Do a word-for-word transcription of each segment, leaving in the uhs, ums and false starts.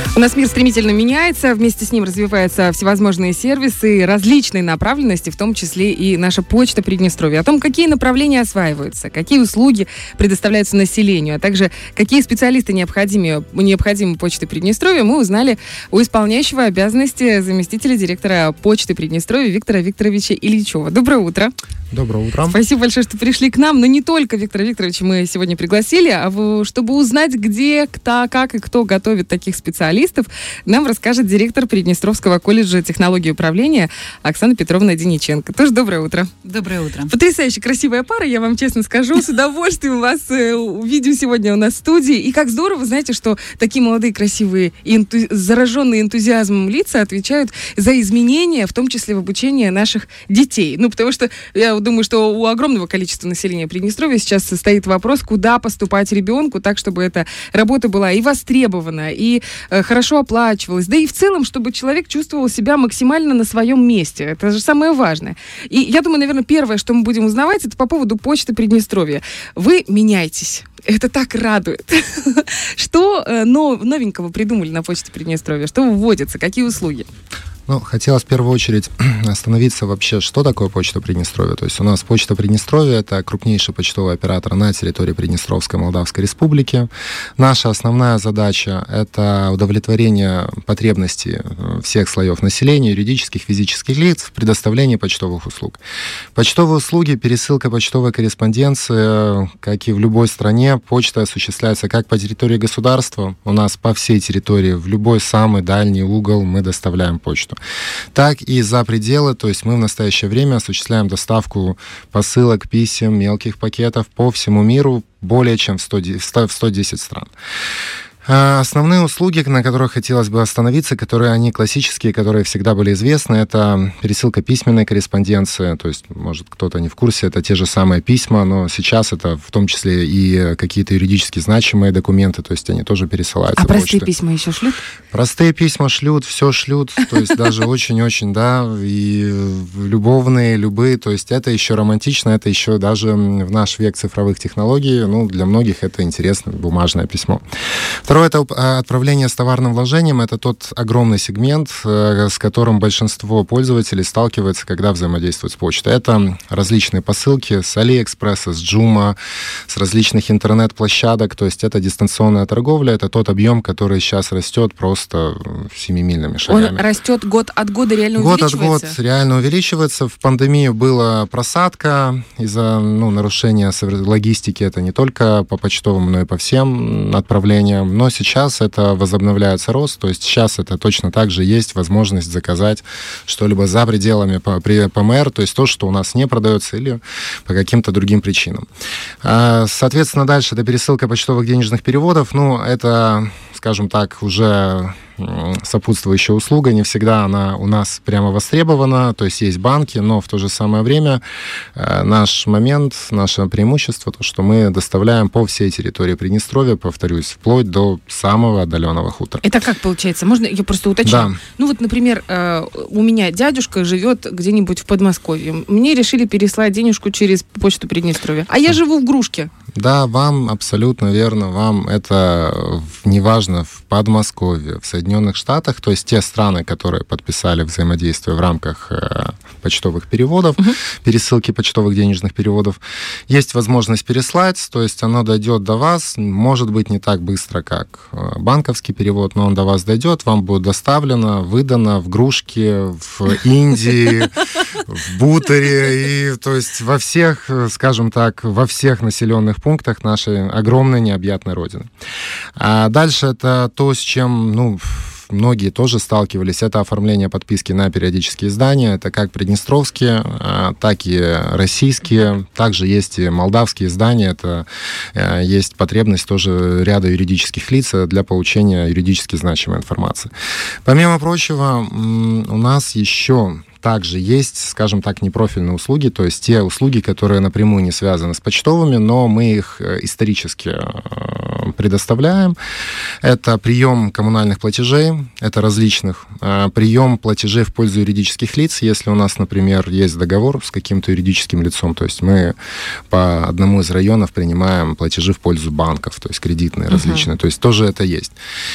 У нас мир стремительно меняется, вместе с ним развиваются всевозможные сервисы различной направленности, в том числе и наша почта Приднестровья. О том, какие направления осваиваются, какие услуги предоставляются населению, а также какие специалисты необходимы, необходимы почты Приднестровья, мы узнали у исполняющего обязанности заместителя директора почты Приднестровья Виктора Викторовича Ильичева. Доброе утро. Доброе утро. Спасибо большое, что пришли к нам. Но не только Виктора Викторовича мы сегодня пригласили, а вы, чтобы узнать, где, кто, как и кто готовит таких специалистов, нам расскажет директор Приднестровского колледжа технологии и управления Оксана Петровна Дениченко. Тоже доброе утро. Доброе утро. Потрясающе красивая пара, я вам честно скажу. С удовольствием вас э, увидим сегодня у нас в студии. И как здорово, знаете, что такие молодые, красивые, и энту... зараженные энтузиазмом лица отвечают за изменения, в том числе в обучении наших детей. Ну, потому что я думаю, что у огромного количества населения Приднестровья сейчас стоит вопрос, куда поступать ребенку, так, чтобы эта работа была и востребована, и э, хорошо оплачивалась, да и в целом, чтобы человек чувствовал себя максимально на своем месте. Это же самое важное. И я думаю, наверное, первое, что мы будем узнавать, это по поводу почты Приднестровья. Вы меняетесь. Это так радует. Что э, нов, новенького придумали на почте Приднестровья? Что вводится? Какие услуги? Ну, хотелось в первую очередь остановиться вообще, что такое почта Приднестровья. То есть у нас почта Приднестровья — это крупнейший почтовый оператор на территории Приднестровской Молдавской Республики. Наша основная задача — это удовлетворение потребностей всех слоев населения, юридических, физических лиц в предоставлении почтовых услуг. Почтовые услуги, пересылка почтовой корреспонденции, как и в любой стране, почта осуществляется как по территории государства, у нас по всей территории, в любой самый дальний угол мы доставляем почту, так и за пределы, то есть мы в настоящее время осуществляем доставку посылок, писем, мелких пакетов по всему миру более чем в сто десять стран. Основные услуги, на которых хотелось бы остановиться, которые они классические, которые всегда были известны, это пересылка письменной корреспонденции, то есть, может, кто-то не в курсе, это те же самые письма, но сейчас это в том числе и какие-то юридически значимые документы, то есть они тоже пересылаются. А простые почтой. Письма еще шлют? Простые письма шлют, все шлют, то есть даже очень-очень, да, и любовные, любые, то есть это еще романтично, это еще даже в наш век цифровых технологий, ну, для многих это интересно, бумажное письмо. Второе — это отправление с товарным вложением. Это тот огромный сегмент, с которым большинство пользователей сталкивается, когда взаимодействуют с почтой. Это различные посылки с Алиэкспресса, с Джума, с различных интернет-площадок. То есть это дистанционная торговля. Это тот объем, который сейчас растет просто семимильными шагами. Он растет год от года, реально год увеличивается? Год от года реально увеличивается. В пандемию была просадка из-за ну, нарушения логистики. Это не только по почтовым, но и по всем отправлениям. Но сейчас это возобновляется рост, то есть сейчас это точно так же есть возможность заказать что-либо за пределами ПМР, то есть то, что у нас не продается или по каким-то другим причинам. Соответственно, дальше это пересылка почтовых денежных переводов, ну, это, скажем так, уже сопутствующая услуга, не всегда она у нас прямо востребована, то есть есть банки, но в то же самое время э, наш момент, наше преимущество, то, что мы доставляем по всей территории Приднестровья, повторюсь, вплоть до самого отдаленного хутора. Это как получается? Можно я просто уточню? Да. Ну вот, например, э, у меня дядюшка живет где-нибудь в Подмосковье. Мне решили переслать денежку через почту Приднестровья, а я живу в Грушке. Да, вам абсолютно верно, вам это неважно в Подмосковье, в Соединенных Штатах, то есть те страны, которые подписали взаимодействие в рамках э, почтовых переводов, uh-huh. пересылки почтовых денежных переводов, есть возможность переслать, то есть оно дойдет до вас, может быть не так быстро, как э, банковский перевод, но он до вас дойдет, вам будет доставлено, выдано в Грушке, в Индии, в Бутере, и то есть во всех, скажем так, во всех населенных пунктах нашей огромной необъятной родины. А дальше это то, с чем, ну, многие тоже сталкивались, это оформление подписки на периодические издания, это как приднестровские, так и российские, также есть и молдавские издания, это есть потребность тоже ряда юридических лиц для получения юридически значимой информации. Помимо прочего, у нас еще также есть, скажем так, непрофильные услуги, то есть те услуги, которые напрямую не связаны с почтовыми, но мы их исторически предоставляем. Это прием коммунальных платежей, это различных, прием платежей в пользу юридических лиц, если у нас, например, есть договор с каким-то юридическим лицом, то есть мы по одному из районов принимаем платежи в пользу банков, то есть кредитные uh-huh. различные, то есть тоже это есть.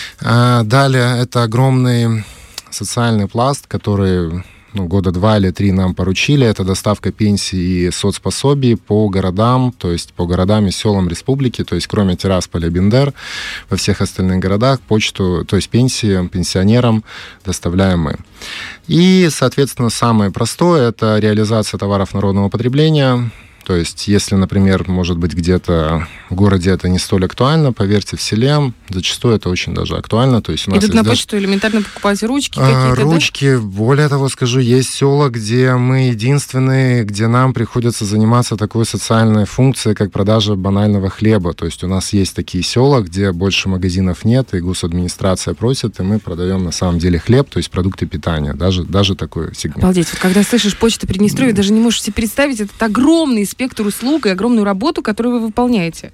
Далее это огромный социальный пласт, который ну, года два или три нам поручили, это доставка пенсий и соцпособий по городам, то есть по городам и селам республики, то есть кроме Тирасполя, Бендер, во всех остальных городах почту, то есть пенсии пенсионерам доставляем мы. И, соответственно, самое простое – это реализация товаров народного потребления. То есть, если, например, может быть, где-то в городе это не столь актуально, поверьте, в селе зачастую это очень даже актуально. То есть у нас идут на даже... почту элементарно покупать ручки а, какие-то, ручки, да? Более того, скажу, есть села, где мы единственные, где нам приходится заниматься такой социальной функцией, как продажа банального хлеба. То есть у нас есть такие села, где больше магазинов нет, и госадминистрация просит, и мы продаем на самом деле хлеб, то есть продукты питания, даже, даже такой сегмент. Обалдеть, вот когда слышишь Почта Приднестровья, даже не можешь себе представить этот огромный спектр услуг и огромную работу, которую вы выполняете.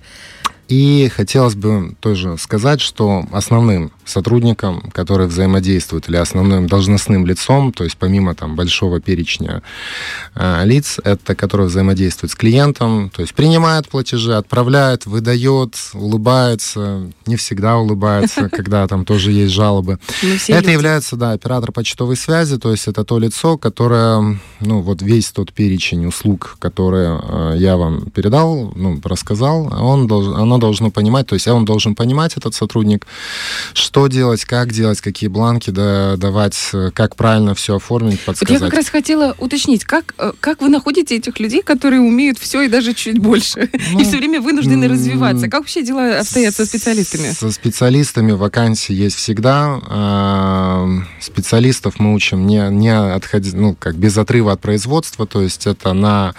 И хотелось бы тоже сказать, что основным сотрудникам, которые взаимодействуют, или основным должностным лицом, то есть помимо там большого перечня э, лиц, это которые взаимодействуют с клиентом, то есть принимает платежи, отправляет, выдает, улыбается, не всегда улыбается, когда там тоже есть жалобы. Это является, да, оператор почтовой связи, то есть это то лицо, которое, ну, вот весь тот перечень услуг, которые я вам передал, ну, рассказал, он должен, оно должно понимать, то есть он должен понимать, этот сотрудник, что делать, как делать, какие бланки да, давать, как правильно все оформить, подсказать. Вот я как раз хотела уточнить, как, как вы находите этих людей, которые умеют все и даже чуть больше, ну, и все время вынуждены м- развиваться? Как вообще дела обстоят со специалистами? Со специалистами вакансии есть всегда. Специалистов мы учим не, не отходить, ну, как без отрыва от производства, то есть это на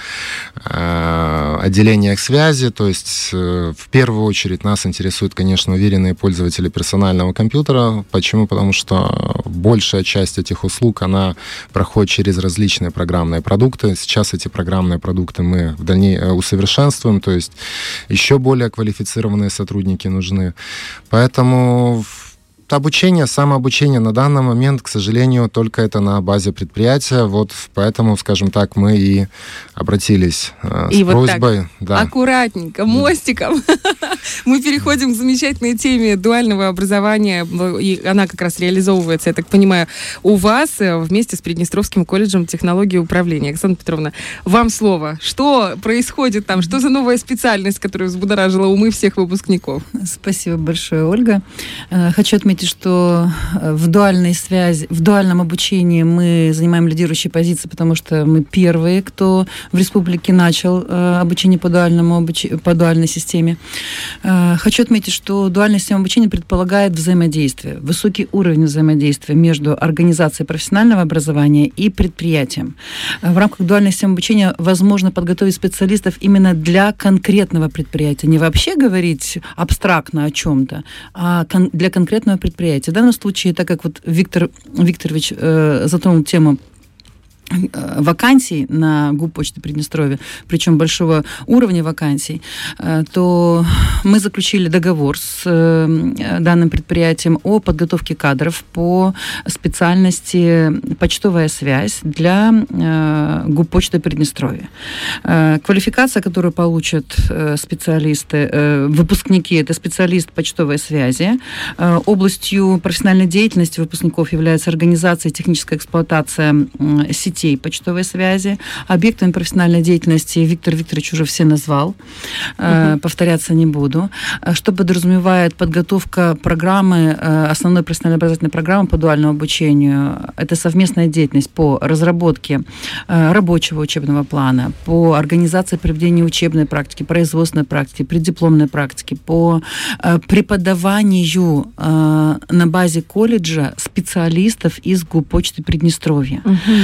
отделениях связи, то есть в первую В первую очередь нас интересуют, конечно, уверенные пользователи персонального компьютера. Почему? Потому что большая часть этих услуг, она проходит через различные программные продукты. Сейчас эти программные продукты мы в дальнейшем усовершенствуем, то есть еще более квалифицированные сотрудники нужны. Поэтому обучение, самообучение на данный момент, к сожалению, только это на базе предприятия. Вот поэтому, скажем так, мы и обратились э, с и просьбой. Вот так, да. аккуратненько, мостиком. Мы переходим к замечательной теме дуального образования. И она как раз реализовывается, я так понимаю, у вас вместе с Приднестровским колледжем технологии управления. Оксана Петровна, вам слово. Что происходит там? Что за новая специальность, которая взбудоражила умы всех выпускников? Спасибо большое, Ольга. Хочу отметить, что в дуальной связи, в дуальном обучении мы занимаем лидирующие позиции, потому что мы первые, кто в республике начал обучение по дуальному обуч... по дуальной системе. Хочу отметить, что дуальная система обучения предполагает взаимодействие, высокий уровень взаимодействия между организацией профессионального образования и предприятием. В рамках дуальной системы обучения возможно подготовить специалистов именно для конкретного предприятия. Не вообще говорить абстрактно о чем-то, а кон- для конкретного предприятия. В данном случае, так как вот Виктор Викторович э, затронул тему вакансий на ГУП Почты Приднестровья, причем большого уровня вакансий, то мы заключили договор с данным предприятием о подготовке кадров по специальности почтовая связь для ГУП Почты Приднестровья. Квалификация, которую получат специалисты, выпускники, это специалист почтовой связи. Областью профессиональной деятельности выпускников является организация и техническая эксплуатация сетей почтовой связи. Объектами профессиональной деятельности Виктор Викторович уже все назвал. Uh-huh. Повторяться не буду. Что подразумевает подготовка программы, основной профессиональной образовательной программы по дуальному обучению? Это совместная деятельность по разработке рабочего учебного плана, по организации проведения учебной практики, производственной практики, преддипломной практики, по преподаванию на базе колледжа специалистов из ГУП Почты Приднестровья. Uh-huh.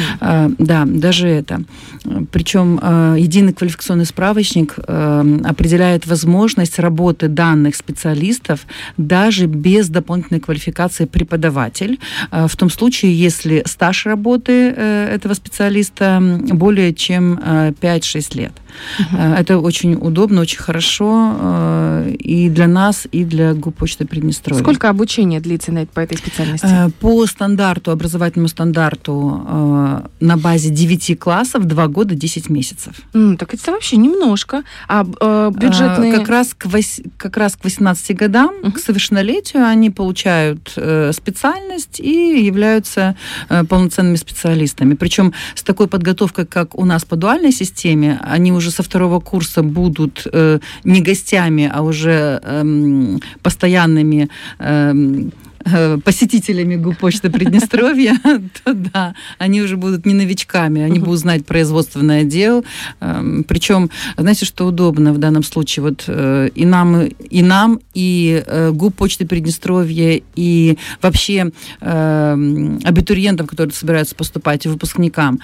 Да, даже это. Причем единый квалификационный справочник определяет возможность работы данных специалистов даже без дополнительной квалификации преподаватель, в том случае, если стаж работы этого специалиста более чем пять-шесть лет. Uh-huh. Это очень удобно, очень хорошо и для нас, и для ГУП почты Приднестровья. Сколько обучения длится по этой специальности? По стандарту, образовательному стандарту на базе девяти классов два года десять месяцев. Mm, так это вообще немножко. А э, бюджетные... Как раз к, вось... как раз к восемнадцати годам, uh-huh. к совершеннолетию они получают э, специальность и являются э, полноценными специалистами. Причем с такой подготовкой, как у нас по дуальной системе, они уже со второго курса будут э, не гостями, а уже э, постоянными э, посетителями ГУП почты Приднестровья, то да, они уже будут не новичками, они будут знать производственный отдел. Причем, знаете, что удобно в данном случае? Вот и нам, и нам, и ГУП почты Приднестровья, и вообще абитуриентам, которые собираются поступать, и выпускникам.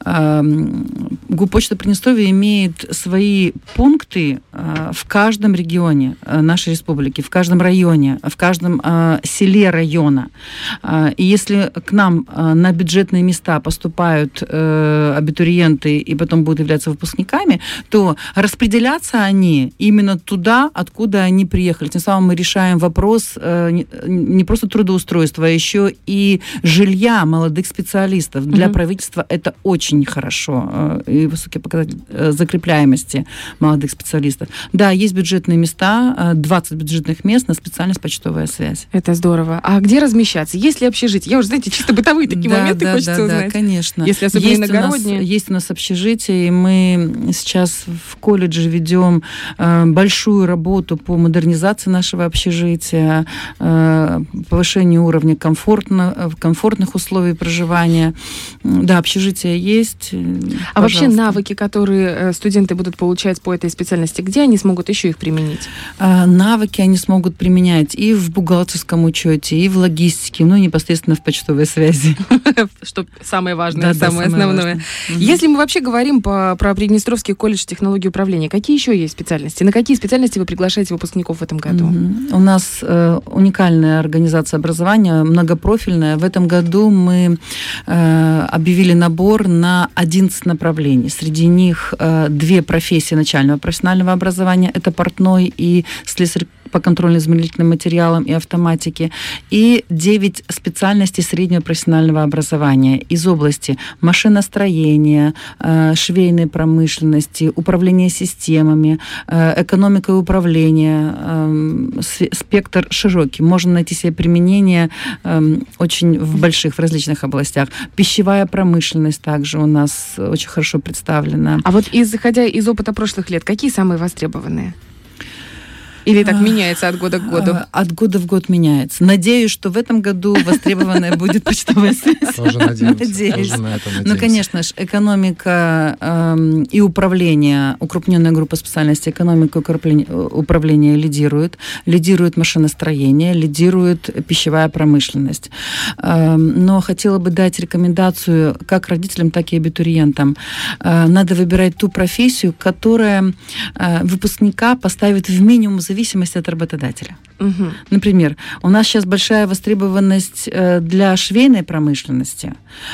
ГУП почты Приднестровья имеет свои пункты в каждом регионе нашей республики, в каждом районе, в каждом селе района. И если к нам на бюджетные места поступают абитуриенты и потом будут являться выпускниками, то распределяться они именно туда, откуда они приехали. Тем самым мы решаем вопрос не просто трудоустройства, а еще и жилья молодых специалистов. Для угу. правительства это очень хорошо. И высокий показатель закрепляемости молодых специалистов. Да, есть бюджетные места, двадцать бюджетных мест на специальность почтовая связь. Это здорово. А где размещаться? Есть ли общежитие? Я уже, знаете, чисто бытовые такие да, моменты да, хочется да, узнать. Да, конечно. Если особенно есть иногородние. У нас, есть у нас общежитие, и мы сейчас в колледже ведем э, большую работу по модернизации нашего общежития, э, повышению уровня комфортно, комфортных условий проживания. Да, общежитие есть. А пожалуйста. Вообще навыки, которые студенты будут получать по этой специальности, где они смогут еще их применить? Э, навыки они смогут применять и в бухгалтерском учете, и в логистике, ну, непосредственно в почтовой связи. Что самое важное, да, самое да, основное. Важное. Если мы вообще говорим по, про Приднестровский колледж технологии управления, какие еще есть специальности? На какие специальности вы приглашаете выпускников в этом году? Mm-hmm. У нас э, уникальная организация образования, многопрофильная. В этом году мы э, объявили набор на одиннадцать направлений. Среди них э, две профессии начального профессионального образования. Это портной и слесарь по контрольно-измерительным материалам и автоматике, и девять специальностей среднего профессионального образования из области машиностроения, швейной промышленности, управления системами, экономика и управление. Спектр широкий. Можно найти себе применение очень в больших, в различных областях. Пищевая промышленность также у нас очень хорошо представлена. А вот исходя из опыта прошлых лет, какие самые востребованные? Или так меняется от года к году? От года в год меняется. Надеюсь, что в этом году востребованная будет почтовая связь. Тоже надеюсь. Ну, конечно же, экономика э, и управление, укрупненная группа специальностей, экономика и управление лидирует. Лидирует машиностроение, лидирует пищевая промышленность. Э, но хотела бы дать рекомендацию как родителям, так и абитуриентам. Э, надо выбирать ту профессию, которая э, выпускника поставит в минимум зависимости зависимости от работодателя. Угу. Например, у нас сейчас большая востребованность для швейной промышленности.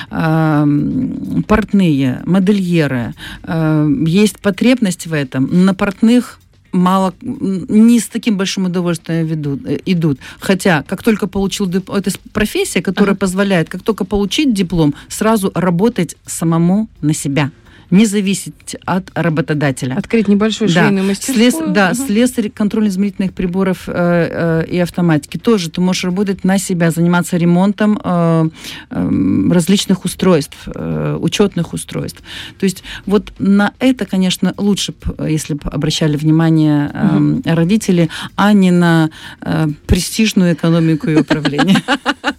Портные, модельеры. Есть потребность в этом. На портных мало, не с таким большим удовольствием ведут, идут. Хотя, как только получил диплом, это профессия, которая ага. позволяет, как только получить диплом, сразу работать самому на себя. Не зависеть от работодателя. Открыть небольшую швейную да. мастерскую. Слес, да, угу. слесарь контрольно-измерительных приборов э, э, и автоматики. Тоже ты можешь работать на себя, заниматься ремонтом э, э, различных устройств, э, учетных устройств. То есть вот на это, конечно, лучше, если бы обращали внимание э, угу. родители, а не на э, престижную экономику и управление.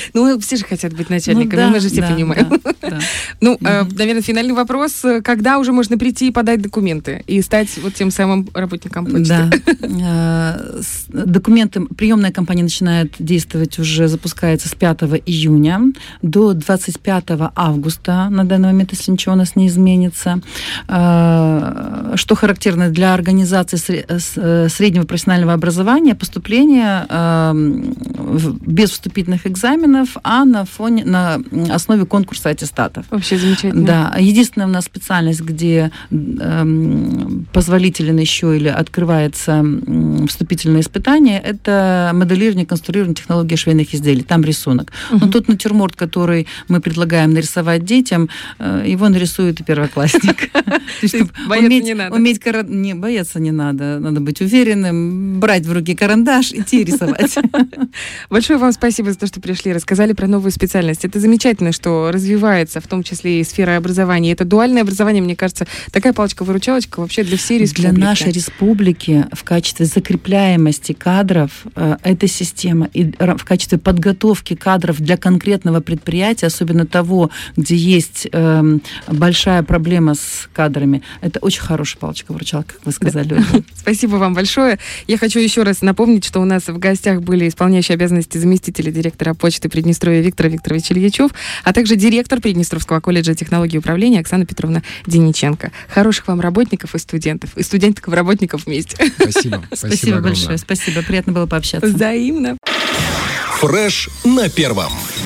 Ну, все же хотят быть начальниками, ну, да, мы же все да, понимаем. Да, да. Ну, угу. э, наверное, финальный вопрос. Когда уже можно прийти и подать документы и стать вот тем самым работником почты? Да. Документы, приемная кампания начинает действовать уже, запускается с пятого июня до двадцать пятого августа на данный момент, если ничего у нас не изменится. Что характерно для организации среднего профессионального образования, поступление без вступительных экзаменов, а на фоне, на основе конкурса аттестатов. Вообще замечательно. Да. Единственная у нас специальность, где эм, позволителен еще или открывается эм, вступительное испытание, это моделирование, конструирование технологии швейных изделий. Там рисунок. Угу. Но тот натюрморт, который мы предлагаем нарисовать детям, э, его нарисует и первоклассник. Бояться не надо. Уметь не бояться не надо. Надо быть уверенным, брать в руки карандаш, идти рисовать. Большое вам спасибо за то, что пришли, рассказали про новую специальность. Это замечательно, что развивается, в том числе и сфера образования. Это дуальное образование, мне кажется, такая палочка-выручалочка вообще для всей республики. Для нашей республики в качестве закрепляемости кадров э, эта система и в качестве подготовки кадров для конкретного предприятия, особенно того, где есть э, большая проблема с кадрами, это очень хорошая палочка-выручалка, как вы сказали. Спасибо вам большое. Я хочу еще раз напомнить, что у нас в гостях были исполняющие обязанности заместителя директора почты Приднестровья Виктор Викторович Ильичев, а также директор Приднестровского колледжа технологий и управления Оксана Петровна Дениченко. Хороших вам работников и студентов, и студентов-работников вместе. Спасибо. Спасибо, спасибо большое. Спасибо. Приятно было пообщаться. Взаимно. Фреш на первом.